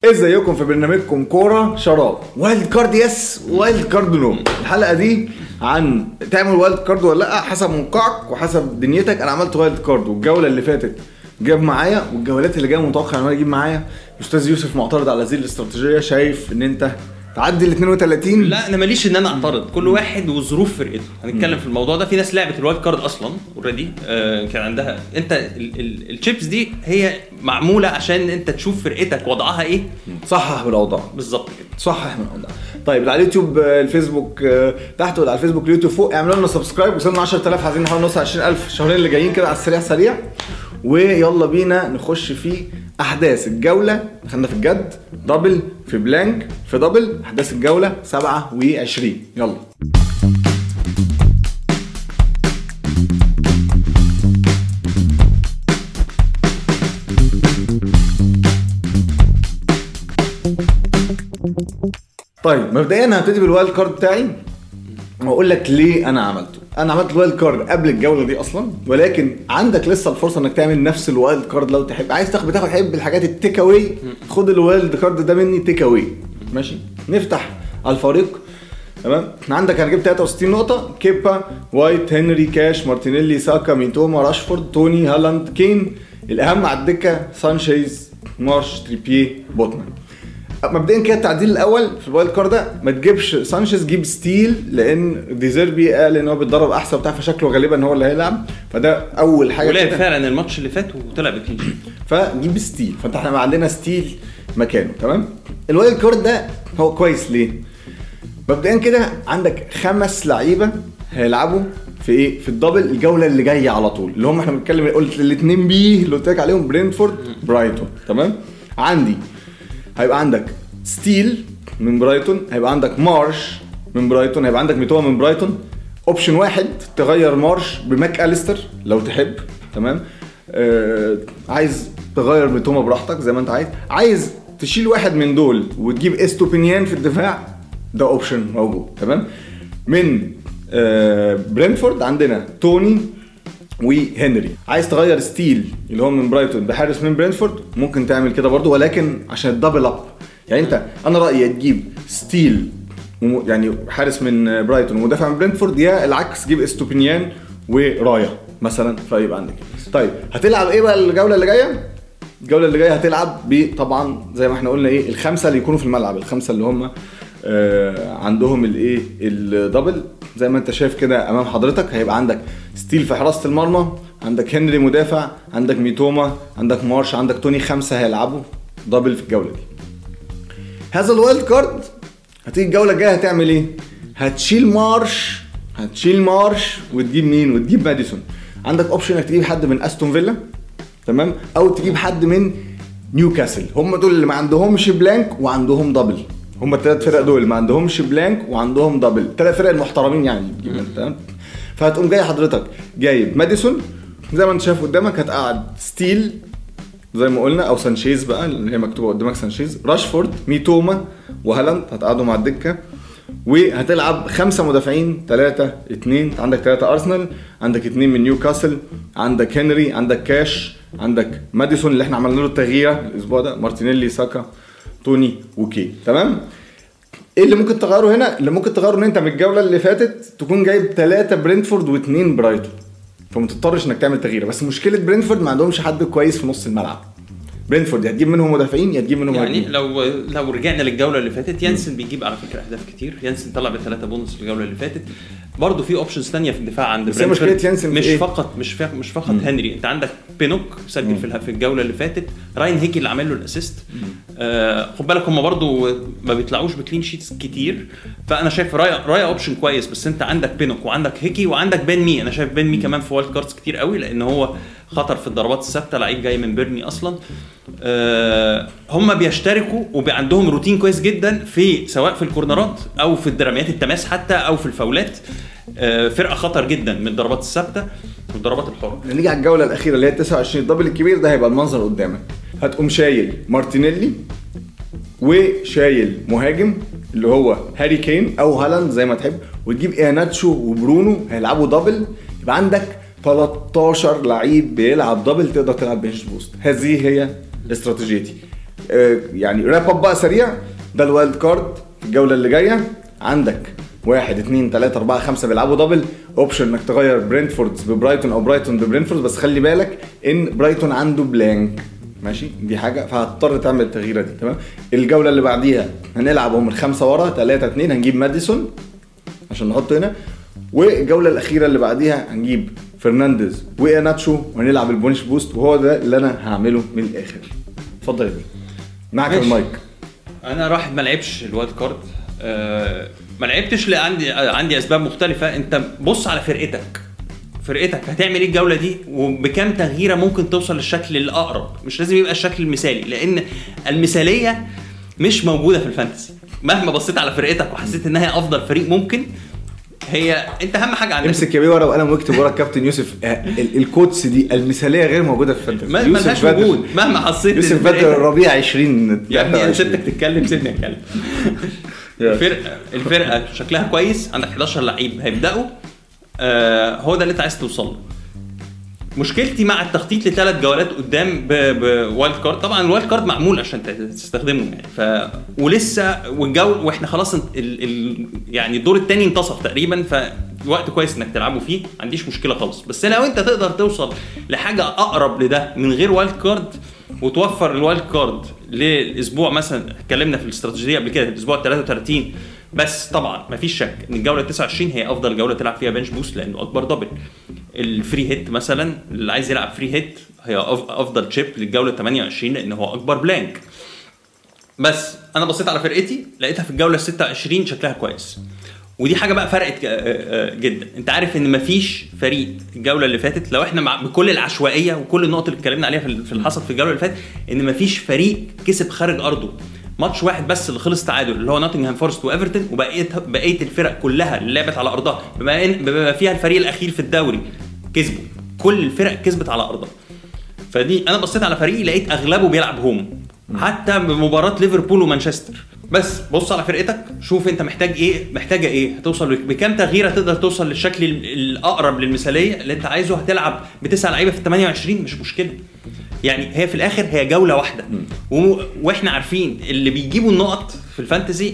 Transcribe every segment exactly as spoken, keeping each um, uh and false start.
ازيكم في برنامجكم كوره شراب وايلد كارد يس وايلد كارد نو. الحلقه دي عن تعمل وايلد كارد ولا لا حسب موقعك وحسب دنيتك. انا عملت وايلد كارد والجوله اللي فاتت جاب معايا والجولات اللي جايه متوقع ان هو يجيب معايا. استاذ يوسف معترض على هذه الاستراتيجيه، شايف ان انت تعدي ال اثنين وثلاثين؟ لا انا ماليش ان انا اعترض، كل واحد وظروف فرقته. هنتكلم في الموضوع ده. في ناس لعبت الوايلد كارد اصلا اوريدي، آه كان عندها انت الشيبس دي هي معموله عشان انت تشوف فرقتك وضعها ايه، صحح بالاوضاع بالظبط كده، صحح من الاوضاع. طيب على اليوتيوب الفيسبوك تحت ولا على الفيسبوك اليوتيوب فوق اعملوا لنا سبسكرايب. وصلنا عشرة آلاف، عايزين نحاول نوصل عشرين ألف الشهرين اللي جايين كده على السريع سريع. ويلا بينا نخش في احداث الجوله. دخلنا في الجد، دبل في بلانك في دبل. احداث الجوله سبعة وعشرين. يلا طيب مبدئيا هبتدي بالوايلد كارد بتاعي واقول لك ليه انا عملته. انا عملت الوايلد كارد قبل الجوله دي اصلا، ولكن عندك لسه الفرصه انك تعمل نفس الوايلد كارد لو تحب. عايز تاخد بتاخد حب الحاجات التيك اواي، خد الوايلد كارد ده مني تيك اواي. ماشي، نفتح على الفريق. تمام، عندك انا جبت ثلاثة وستين نقطه: كيبا، وايت، هنري، كاش، مارتينيلي، ساكا، ميتوما، راشفورد، توني، هالاند، كين. الاهم على الدكه سانشيز، مارش، تريبيه، بوتمان. مبدئيا كده التعديل الاول في الوايلد كارد ده، ما تجيبش سانشيز، جيب ستيل، لان ديزيربي قال ان هو بيتدرب احسن بتاع، فشكله غالبا هو اللي هيلعب. فده اول حاجه، ولعب فعلا الماتش اللي فات وطلع بكلين شيت، فجيب ستيل. فانت احنا عندنا ستيل مكانه. تمام، الوايلد كارد ده هو كويس ليه؟ مبدئيا كده عندك خمس لعيبه هيلعبوا في ايه؟ في الدبل الجوله اللي جايه على طول، اللي هم احنا بنتكلم قلت الاثنين بي اللي قلت لك عليهم، برينتفورد، برايتون. تمام، عندي هيبقى عندك ستيل من برايتون، هيبقى عندك مارش من برايتون، هيبقى عندك ميتوما من برايتون. اوبشن واحد تغير مارش بماك أليستر لو تحب. تمام، آه عايز تغير ميتوما براحتك زي ما انت عايز. عايز تشيل واحد من دول وتجيب استوبينيان في الدفاع، ده اوبشن موجود. تمام، من آه برينتفورد عندنا توني وهنري. عايز تغير ستيل اللي هو من برايتون بحارس من برينتفورد، ممكن تعمل كده برضو، ولكن عشان الدبل اب. يعني انت انا رايي تجيب ستيل يعني حارس من برايتون ومدافع من برينتفورد، يا العكس جيب استوبينيان ورايا مثلا، فيبقى عندك. طيب هتلعب ايه بقى الجوله اللي جايه؟ الجوله اللي جايه هتلعب طبعا زي ما احنا قلنا ايه، الخمسه اللي يكونوا في الملعب، الخمسه اللي هم آه عندهم الايه الدبل زي ما انت شايف كده امام حضرتك. هيبقى عندك ستيل في حراسه المرمى، عندك هنري مدافع، عندك ميتوما، عندك مارش، عندك توني. خمسه هيلعبوا دبل في الجوله دي. هذا الوايلد كارد هتيجي الجوله الجايه هتعمل ايه؟ هتشيل مارش هتشيل مارش وتجيب مين؟ وتجيب ماديسون. عندك اوبشن انك تجيب حد من استون فيلا، تمام، او تجيب حد من نيوكاسل. هم دول اللي ما عندهمش بلانك وعندهم دبل. هم الثلاث فرق دول ما عندهمش بلانك وعندهم دبل، ثلاث فرق المحترمين يعني. تمام، فهتقوم جاي حضرتك جايب ماديسون زي ما انت شايف قدامك، هتقعد ستيل زي ما قلنا او سانشيز بقى اللي هي مكتوبه قدامك، سانشيز، راشفورد، ميتوما وهالاند هتقعدوا مع الدكه. وهتلعب خمسه مدافعين، ثلاثة اتنين. عندك ثلاثة ارسنال، عندك اتنين من نيوكاسل، عندك هنري، عندك كاش، عندك ماديسون اللي احنا عملنا له التغيير الاسبوع ده، مارتينيلي، ساكا، توني وكي. تمام، ايه اللي ممكن تغيره هنا؟ اللي ممكن تغيره ان انت من الجوله اللي فاتت تكون جايب ثلاثة برينتفورد واثنين برايتون، فما تضطرش انك تعمل تغيير. بس مشكله برينتفورد ما عندهمش حد كويس في نص الملعب. برينتفورد يا تجيب منهم مدافعين يا تجيب منهم يعني مهاجمين. لو لو رجعنا للجوله اللي فاتت، يانسن بيجيب على فكره اهداف كتير. يانسن طلع بثلاثه بونص في الجوله اللي فاتت. برضو في اوبشنز ثانيه في الدفاع عند برينتفورد، مش إيه؟ فقط مش فقط مش فقط مم. هنري. انت عندك بينوك سجل في في الجوله اللي فاتت، راين هيكي اللي عمل له الاسيست. آه خد بالك هم برضو ما بيطلعوش بكلين شيتس كتير، فانا شايف رايا رايا اوبشن كويس. بس انت عندك بينوك وعندك هيكي وعندك بين مي. انا شايف بين مي كمان في وايلد كاردز كتير قوي، لان هو خطر في الضربات الثابته، لعيب جاي من بيرني اصلا. آه هم بيشتركوا وعندهم روتين كويس جدا في سواء في الكورنرات او في الدراميات التماس حتى او في الفاولات. آه فرقه خطر جدا من الضربات الثابته والضربات الحره. نيجي على الجوله الاخيره اللي هي تسعة وعشرين الدبل الكبير ده، هيبقى المنظر قدامك. هتقوم شايل مارتينيلي وشايل مهاجم اللي هو هاري كين او هالاند زي ما تحب، وتجيب اياناتشو وبرونو هيلعبوا دبل. يبقى عندك ثلاثة عشر لعيب بيلعب دبل، تقدر تلعب بنش بوست. هذه هي استراتيجيتي. آه يعني راب اب بقى سريع. ده الوايلد كارد الجوله اللي جايه. عندك واحد اتنين تلاتة اربعة خمسة بيلعبوا دبل. اوبشن انك تغير برينتفورد ببرايتون او برايتون ببرينتفورد، بس خلي بالك ان برايتون عنده بلانك ماشي، دي حاجه فهتضطر تعمل التغييره دي. تمام. الجوله اللي بعديها هنلعب هم الخمسه ورا تلاتة اتنين، هنجيب ماديسون عشان نحطه هنا. والجوله الاخيره اللي بعديها هنجيب فرنانديز وإيناتشو وهنلعب البونش بوست، وهو ده اللي انا هعمله من الاخر. اتفضل يا بيه معاك المايك. انا راح ما لعبش الوايلد كارد، أه ما لعبتش لان عندي عندي اسباب مختلفه. انت بص على فرقتك فرقتك هتعمل ايه الجوله دي وبكام تغييره ممكن توصل للشكل الاقرب. مش لازم يبقى الشكل المثالي، لان المثاليه مش موجوده في الفانتسي. مهما بصيت على فرقتك وحسيت انها هي افضل فريق ممكن، هي انت اهم حاجه عندك امسك يا بيه ورقه وقلم واكتب ورا الكابتن يوسف الكوتس دي المثاليه غير موجوده في الفانتسي. ما ملهاش وجود مهما حسيت. يوسف بدر ربيع عشرين يا ابني انا سبتك تتكلم، سيبني اتكلم. الفرقه الفرقه شكلها كويس، عندك حداشر لعيب هيبداوا، آه هو ده اللي انت عايز توصل له. مشكلتي مع التخطيط لثلاث جولات قدام بوايلد كارد، طبعا الوايلد كارد معمول عشان تستخدمه يعني ف ولسه والجو واحنا خلاص ال... ال... يعني الدور الثاني انتصف تقريبا، فوقت كويس انك تلعبه فيه، ما عنديش مشكله خالص. بس لو انت تقدر توصل لحاجه اقرب لده من غير وايلد كارد وتوفر الوايلد كارد للاسبوع، مثلا اتكلمنا في الاستراتيجيه قبل كده الاسبوع ثلاثة وثلاثين، بس طبعا مفيش شك ان الجوله تسعة وعشرين هي افضل جوله تلعب فيها بنش بوست لانه اكبر دبل. الفري هيت مثلا اللي عايز يلعب فري هيت هي افضل تشيب للجوله ثمانية وعشرين لان هو اكبر بلانك. بس انا بصيت على فرقتي لقيتها في الجوله ستة وعشرين شكلها كويس، ودي حاجه بقى فرقت جدا. انت عارف ان مفيش فريق الجوله اللي فاتت، لو احنا مع بكل العشوائيه وكل النقط اللي اتكلمنا عليها في الحصد في الجوله اللي فاتت، ان مفيش فريق كسب خارج ارضه. ماتش واحد بس اللي خلص تعادل اللي هو نوتنغهام فورست وايفرتون، وبقيه بقيه الفرق كلها اللي لعبت على ارضها بما ان بما فيها الفريق الاخير في الدوري كسبوا. كل الفرق كسبت على ارضها. فدي انا بصيت على فريقي لقيت اغلبه بيلعب هوم، حتى بمباراه ليفربول ومانشستر. بس بص على فرقتك شوف انت محتاج ايه، محتاجه ايه، هتوصل بكام تغييره تقدر توصل للشكل الاقرب للمثاليه اللي انت عايزه. هتلعب بتسع لعيبه في ثمانية وعشرين مش مشكله يعني، هي في الاخر هي جوله واحده و... واحنا عارفين اللي بيجيبوا النقط في الفانتزي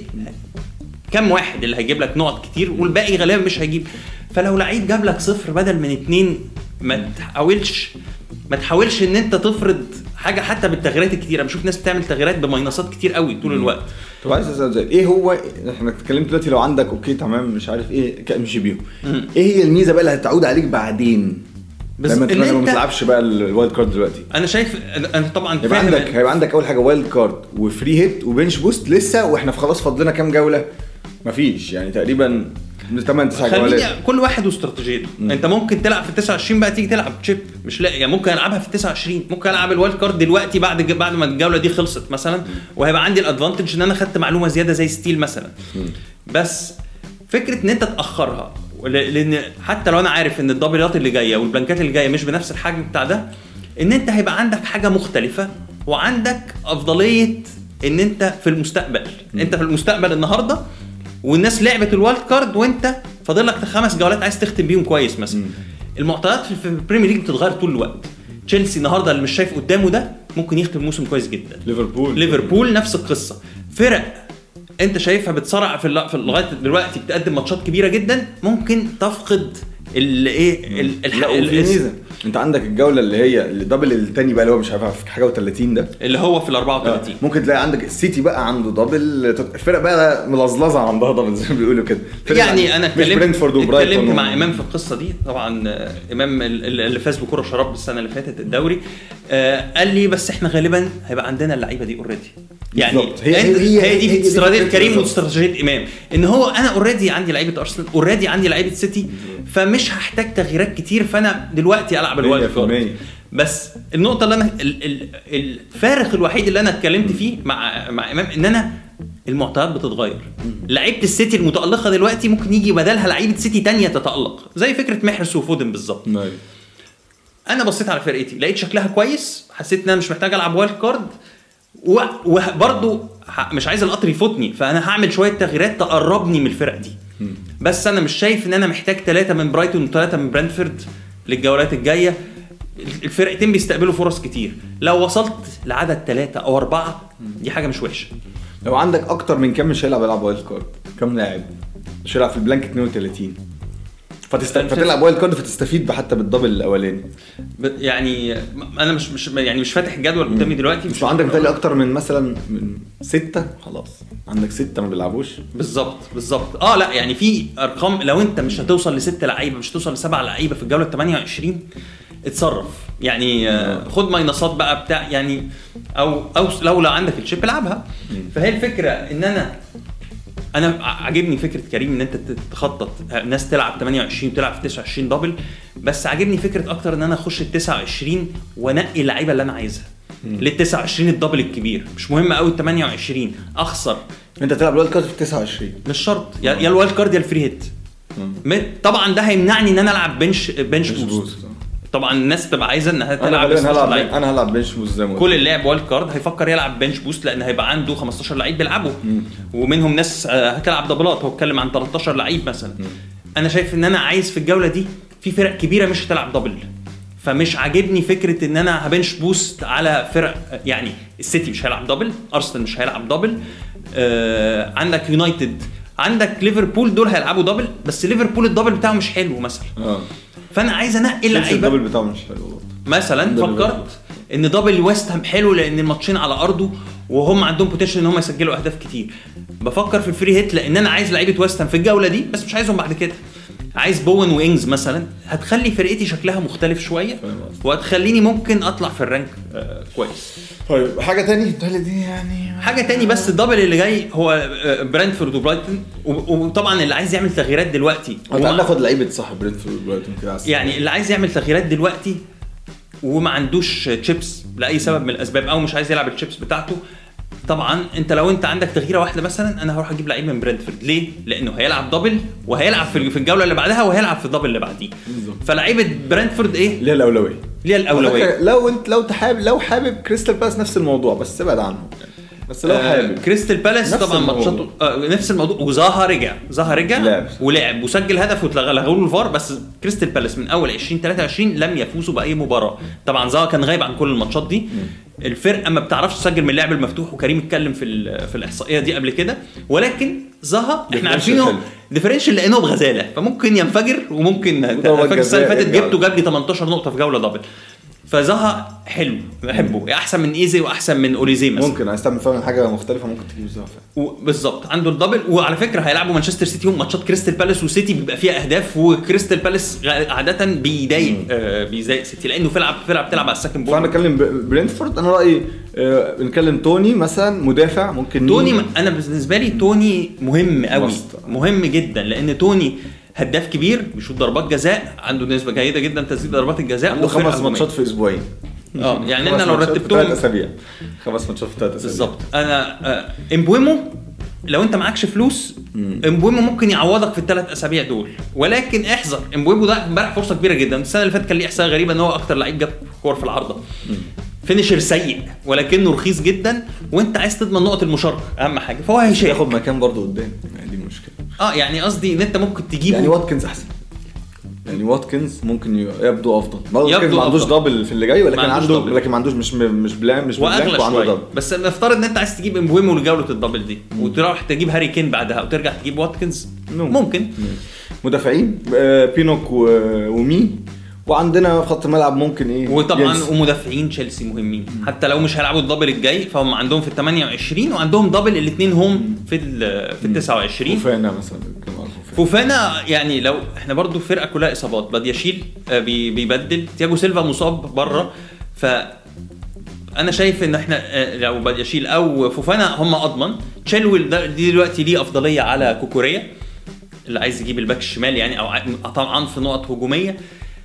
كم واحد اللي هيجيب لك نقط كتير والباقي غالبا مش هيجيب. فلو لعيب جاب لك صفر بدل من اتنين، ما تحاولش ما تحاولش ان انت تفرض حاجه حتى بالتغييرات الكتيره. انا بشوف ناس بتعمل تغييرات بماينصات كتير قوي طول الوقت. طب عايز اسال زي ايه هو، احنا اتكلمت دلوقتي لو عندك اوكي تمام مش عارف ايه امشي بيهم، ايه هي الميزه بقى اللي هتعود عليك بعدين لما انت ما تلعبش بقى الوايلد كارد دلوقتي؟ انا شايف انا طبعا هيبقى عندك هيبقى عندك اول حاجه وايلد كارد وفري هيت وبنش بوست لسه، واحنا في خلاص فاضلنا كام جوله؟ مفيش يعني تقريبا ثمانية تسعة جولات. كل واحد واستراتيجيته. انت ممكن تلعب في تسعة وعشرين بقى تيجي تلعب تشيب مش لاقي يعني، ممكن العبها في تسعة وعشرين، ممكن العب الوايلد كارد دلوقتي بعد بعد ما الجوله دي خلصت مثلا، وهيبقى عندي الادفانتج ان انا خدت معلومه زياده زي ستيل مثلا. بس فكره ان انت تاخرها، لان حتى لو انا عارف ان الدبلات اللي جايه والبلانكات اللي جايه مش بنفس الحجم بتاع ده، ان انت هيبقى عندك حاجه مختلفه وعندك افضليه ان انت في المستقبل. م. انت في المستقبل النهارده والناس لعبت الوايلد كارد وانت فاضل لك خمس جولات عايز تختم بيهم كويس مثلا. م. المعطيات في البريمير ليج بتتغير طول الوقت. تشيلسي النهارده اللي مش شايف قدامه ده ممكن يختم موسم كويس جدا. ليفربول ليفربول نفس القصه. فرق انت شايفها بتصارع في في لغايه دلوقتي بتقدم ماتشات كبيره جدا ممكن تفقد الايه الميزه. انت عندك الجوله اللي هي الدبل الثاني بقى اللي هو مش عارف حاجه و30 ده اللي هو في الأربعة وثلاثين. آه. ممكن تلاقي عندك السيتي بقى عنده دبل، الفرق بقى ملظلظه عندها دبل زي ما بيقولوا كده. يعني انا اتكلمت اتكلمت مع امام في القصه دي طبعا. امام اللي فاز بكره شراب السنه اللي فاتت الدوري، آه قال لي بس احنا غالبا هيبقى عندنا اللعيبه دي اوريدي يعني. هي, هي, هي, هي دي استراتيجيه كريم واستراتيجيه امام، ان هو انا اوريدي عندي لعيبه ارسنال، اوريدي عندي لعيبه سيتي، فمش هحتاج تغييرات كتير، فانا دلوقتي العب الوايلد كارد. بس النقطه اللي انا الفارق الوحيد اللي انا اتكلمت فيه مع مع امام ان انا المعطيات بتتغير. لعيبه السيتي المتالقه دلوقتي ممكن يجي بدلها لعيبه سيتي تانية تتالق، زي فكره محرز وفودن بالظبط. انا بصيت على فرقتي لقيت شكلها كويس، حسيت ان انا مش محتاج العب وايلد كارد، وبرضه مش عايز القطر يفوتني، فانا هعمل شويه تغييرات تقربني من الفرق دي. بس انا مش شايف ان انا محتاج ثلاثة من برايتون وثلاثة من برنتفورد للجولات الجايه. الفرقتين بيستقبلوا فرص كتير. لو وصلت لعدد ثلاثة او اربعة دي حاجه مش وحشه. لو عندك اكتر من كام مش هيلعب يلعب وايلد كارد، كام لاعب مش هيلعب في البلانك اثنين وثلاثين فتست... فتلعب وايلد كارد فتستفيد بحتى بالدبل الاولاني. يعني انا مش مش يعني مش فاتح الجدول قدامي دلوقتي. مش عندك مثلا اكتر من مثلا من ستة، خلاص عندك ستة ما بيلعبوش. بالظبط بالظبط اه لا يعني في ارقام لو انت مش هتوصل لستة لعيبه مش هتوصل لسبعة لعيبه في الجوله ثمانية وعشرين اتصرف يعني. آه خد ماينصات بقى بتاع يعني او او لو لو عندك الشيب العبها. فهي الفكره ان انا انا عاجبني فكره كريم ان انت تخطط ناس تلعب ثمانية وعشرين وتلعب في تسعة وعشرين دبل، بس عاجبني فكره اكتر ان انا اخش ال تسعة وعشرين وانقي اللعيبه اللي انا عايزها لل تسعة وعشرين الدبل الكبير. مش مهم قوي ال ثمانية وعشرين اخسر. انت تلعب الوايلد كارد في تسعة وعشرين مش شرط يا, يا الوايلد كارد يا الفري هيت. طبعا ده هيمنعني ان انا العب بنش بنش بوست. طبعا الناس تبقى عايزه انها تلعب انا هلعب انا هلعب بنش بوست زي ما كل اللي لعب وايلد كارد هيفكر يلعب بنش بوست لان هيبقى عنده خمستاشر لعيب بيلعبوا ومنهم ناس هتلعب دبلات. هو اتكلم عن تلتاشر لعيب مثلا. مم. انا شايف ان انا عايز في الجوله دي في فرق كبيره مش هتلعب دبل، فمش عاجبني فكره ان انا هبنش بوست على فرق. يعني السيتي مش هيلعب دبل، ارسنال مش هيلعب دبل، آه عندك يونايتد، عندك ليفربول، دول هيلعبوا دبل بس ليفربول الدبل بتاعه مش حلو مثلا. اه فانا عايز انقي اللعيبه. الدبل بتاعه مش حلو مثلا. فكرت ان دبل ويست هام حلو لان الماتشين على ارضه وهم عندهم بوتنشال ان هم يسجلوا اهداف كتير. بفكر في الفري هيت لان انا عايز لعيبه ويست هام في الجوله دي بس مش عايزهم بعد كده. عايز بوين وينجز مثلا، هتخلي فرقتي شكلها مختلف شويه وهتخليني ممكن اطلع في الرانك آه كويس. طيب حاجه تاني الداله دي يعني حاجه تاني بس الدبل اللي جاي هو برنتفورد وبرايتون. وطبعا اللي عايز يعمل تغييرات دلوقتي تعال ناخد لعيبه صح برنتفورد وبرايتون كده يعني اللي عايز يعمل تغييرات دلوقتي وما عندوش تشيبس لاي سبب من الاسباب او مش عايز يلعب التشيبس بتاعته. طبعا انت لو انت عندك تغييره واحده مثلا انا هروح اجيب لعيب من برنتفورد. ليه؟ لانه هيلعب دبل وهيلعب في الجوله اللي بعدها وهيلعب في الدبل اللي بعديه. فلعيبه برنتفورد ايه ليه الاولويه ليه الاولويه لو انت لو تحاب لو حابب كريستال بالاس نفس الموضوع بس ابعد عنه. بس لو حابب آه كريستال بالاس طبعا ماتشاته آه نفس الموضوع. وزاها رجع زاها رجع لعب. ولعب وسجل هدف واتلغى له الفار. بس كريستال بالاس من اول عشرين ثلاثة وعشرين لم يفوزوا باي مباراه. طبعا زاها كان غايب عن كل الماتشات دي. م. الفرقه ما بتعرفش تسجل من اللعب المفتوح وكريم اتكلم في في الاحصائيه دي قبل كده. ولكن زاها احنا عارفينه ديفرنشال لانه بغزاله فممكن ينفجر وممكن فاكر السنه اللي فاتت جبته جاب لي تمنتاشر نقطه في جوله دبل. فزها حلو بحبه احسن من ايزي واحسن من اوريزي مثلا. ممكن هيستعمل فعلا حاجه مختلفه ممكن تجيب زها بالظبط. عنده الدبل. وعلى فكره هيلعبوا مانشستر سيتي هم ماتشات كريستال بالاس وسيتي بيبقى فيها اهداف وكريستال بالاس عاده بيضايق آه بيضايق سيتي لانه بيلعب بيلعب بتلعب على السكند بول. فانا اتكلم برينتفورد انا رايي آه بنتكلم توني مثلا مدافع ممكن. توني م... انا بالنسبه لي توني مهم قوي مهم جدا لان توني هداف كبير بيشوط ضربات جزاء عنده نسبه جيده جدا تسديد ضربات الجزاء. عنده خمس ماتشات في اسبوعين. اه يعني انا لو رتبتهم ثلاث اسابيع خمس ماتشات في ثلاث اسابيع بالظبط. انا آه امبويمو لو انت معكش فلوس امبويمو ممكن يعوضك في الثلاث اسابيع دول. ولكن احذر امبويمو ده امبارح فرصه كبيره جدا. السنه اللي فاتت كان ليه احصائيه غريبه ان هو اكتر لعيب جاب كور في العارضه. فينيشر سيء ولكنه رخيص جدا وانت عايز تضمن نقط المشاركه اهم حاجه. فهو هيشارك ياخد مكان برضه قدام يعني دي المشكله. اه يعني قصدي ان انت ممكن تجيبه يعني واتكنز احسن. يعني واتكنز ممكن يبدو افضل. واتكنز ما عندوش دبل في اللي جاي ولكن عنده دبل. لكن ما عندوش مش مش بلان مش بلان وعنده دبل. بس نفترض ان انت عايز تجيب امبويمو لجوله الدبل دي مم. وتروح تجيب هاري كين بعدها وترجع تجيب واتكنز مم. ممكن مم. مدافعين بينوك ومي. وعندنا في خط الملعب ممكن ايه وطبعا جنس. ومدافعين تشيلسي مهمين مم. حتى لو مش هيلعبوا الدبل الجاي فهم عندهم في ال ثمانية وعشرين وعندهم دبل الاثنين هم في ال في ال تسعة وعشرين. فوفانا مثلا فوفانا يعني لو احنا برضو فرقه كلها اصابات. بادياشيل بيبدل تياجو سيلفا مصاب بره. ف انا شايف ان احنا لو بادياشيل او فوفانا هم اضمن. تشيلويل ده دلوقتي ليه افضليه على كوكوريا اللي عايز يجيب الباك الشمال يعني او طبعا في نقط هجوميه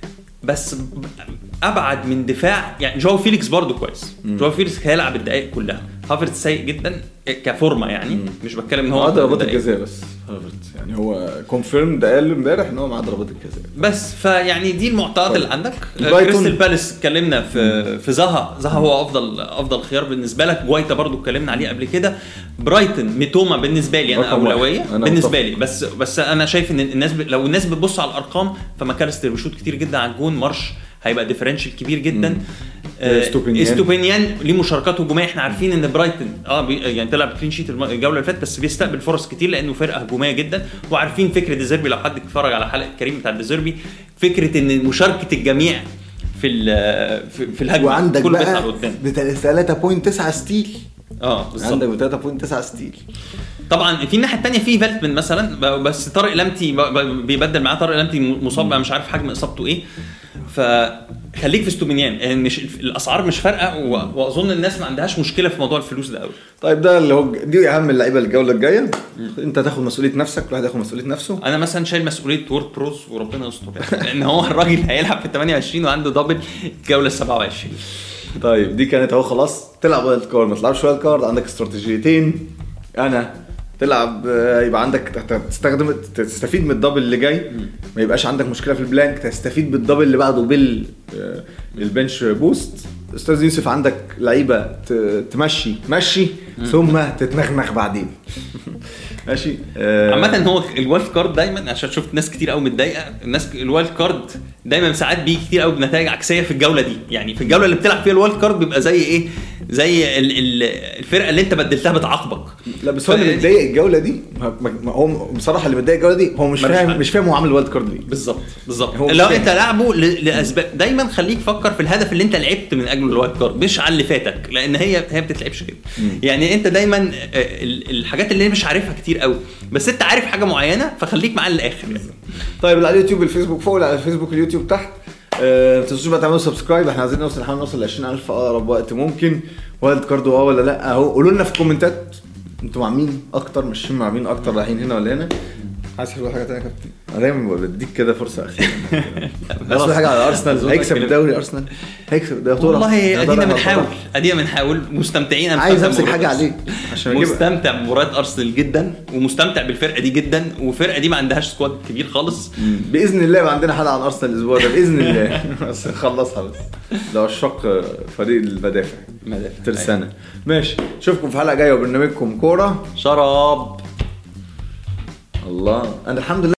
بس ابعد من دفاع. يعني جواو فيليكس برضو كويس. جواو فيليكس هيلعب الدقائق كلها. هافرتز سيء جدا كفورمه يعني مم. مش بتكلم ان هو ضربات الجزاء بس هافرتز يعني هو كونفيرم ده قال امبارح ان هو مع ضربات الجزاء بس. فيعني دي المعطيات اللي عندك. كريستال بالاس اتكلمنا في في زها زها هو افضل افضل خيار بالنسبه لك. جوايتا برضو اتكلمنا عليه قبل كده. برايتون ميتوما بالنسبه لي انا اولويه أنا بالنسبه لي بس بس انا شايف ان الناس ب... لو الناس بتبص على الارقام فماكاليستر بيشوط كتير جدا على الجون. مارش هيبقى ديفرنشال كبير جدا. استوبينيان استوبينيان ليه مشاركات هجوميه، احنا عارفين ان برايتون اه بي يعني طلع بكلين شيت الجوله اللي فاتت، بس بيستقبل فرص كتير لانه فرقه هجوميه جدا. وعارفين فكره ديزيربي، لو حد اتفرج على حلقه كريم بتاع ديزيربي، فكره ان مشاركه الجميع في في, في الهجمه، وعندك كل بقى قدام ب ثلاثة فاصلة تسعة ستيل. اه بالظبط، عندك ب ثلاثة فاصلة تسعة ستيل. طبعا في الناحيه الثانيه في فيلتمن مثلا، بس طارق لمتي بيبدل معاه، طارق لمتي مصاب مش عارف حجم اصابته ايه. فخليك في استوبينيان، ان مش الاسعار مش فارقه، واظن الناس ما عندهاش مشكله في موضوع الفلوس ده قوي. طيب ده اللي هو دي اهم اللعيبه الجوله الجايه. انت تاخد مسؤوليه نفسك، كل واحد ياخد مسؤوليه نفسه. انا مثلا شايل مسؤوليه وورد بروز وربنا يستر لان هو الراجل هيلعب في ثمانية وعشرين وعنده دبل الجوله سبعة وعشرين. طيب دي كانت اهو خلاص. تلعب وايلد كارد ما تلعبش وايلد كارد، عندك استراتيجيتين. انا تلعب يبقى عندك تستخدم تستفيد من الدبل اللي جاي، ما يبقاش عندك مشكله في البلانك، تستفيد بالدبل اللي بعده بال البنش بوست. استاذ يوسف عندك لعيبه تمشي مشي ثم تتنخنخ بعدين ماشي. عامه هو الوايلد كارد دايما، عشان شفت ناس كتير قوي متضايقه، الناس الوايلد كارد دايما ساعات بيجي كتير قوي بنتائج عكسيه في الجوله دي. يعني في الجوله اللي بتلعب فيها الوايلد كارد بيبقى زي ايه، زي الفرقه اللي انت بدلتها بتعاقبك. لا بس هو اللي متضايق الجوله دي، هو بصراحه اللي متضايق الجوله دي هو مش فاهم مش فاهم هو عامل وايلد كارد ليه بالظبط. بالظبط لو انت لعبه لاسباب، دايما خليك فكر في الهدف اللي انت لعبت من اجله الوايلد كارد، مش على اللي فاتك، لان هي هي بتتلعبش كده. يعني انت دايما الحاجات اللي مش عارفها كتير قوي، بس انت عارف حاجه معينه فخليك معاها للاخر. طيب على اليوتيوب الفيسبوك فوق، على الفيسبوك اليوتيوب تحت. ما تنسوش بقى تعملوا سبسكرايب، احنا عايزين نوصل نحاول نوصل ل عشرين ألف اقرب وقت ممكن. وايلد كارد اه ولا لا اهو، قولوا لنا في الكومنتات انتوا مع مين اكتر، مش مع مين اكتر، رايحين هنا ولا هنا. عايز تقول حاجه ثانيه يا كابتن؟ انا دايما بديك كده فرصه اخيره. بس حاجه على ارسنال، هيكسب الدوري، ارسنال هيكسب الدوري والله. ادينا بنحاول ادينا بنحاول مستمتعين. انا عايز امسك حاجه عليك عشان مستمتع بمباراه ارسنال جدا، ومستمتع بالفرقه دي جدا، والفرقه دي ما عندهاش سكواد كبير خالص. باذن الله يبقى عندنا حلقه عن ارسنال الاسبوع ده باذن الله. بس نخلصها بس لو عشاق فريق المدافع مدافع ترسانة. ماشي، اشوفكم في حلقه جايه وبرنامجكم كوره شراب. الله. انا الحمد لله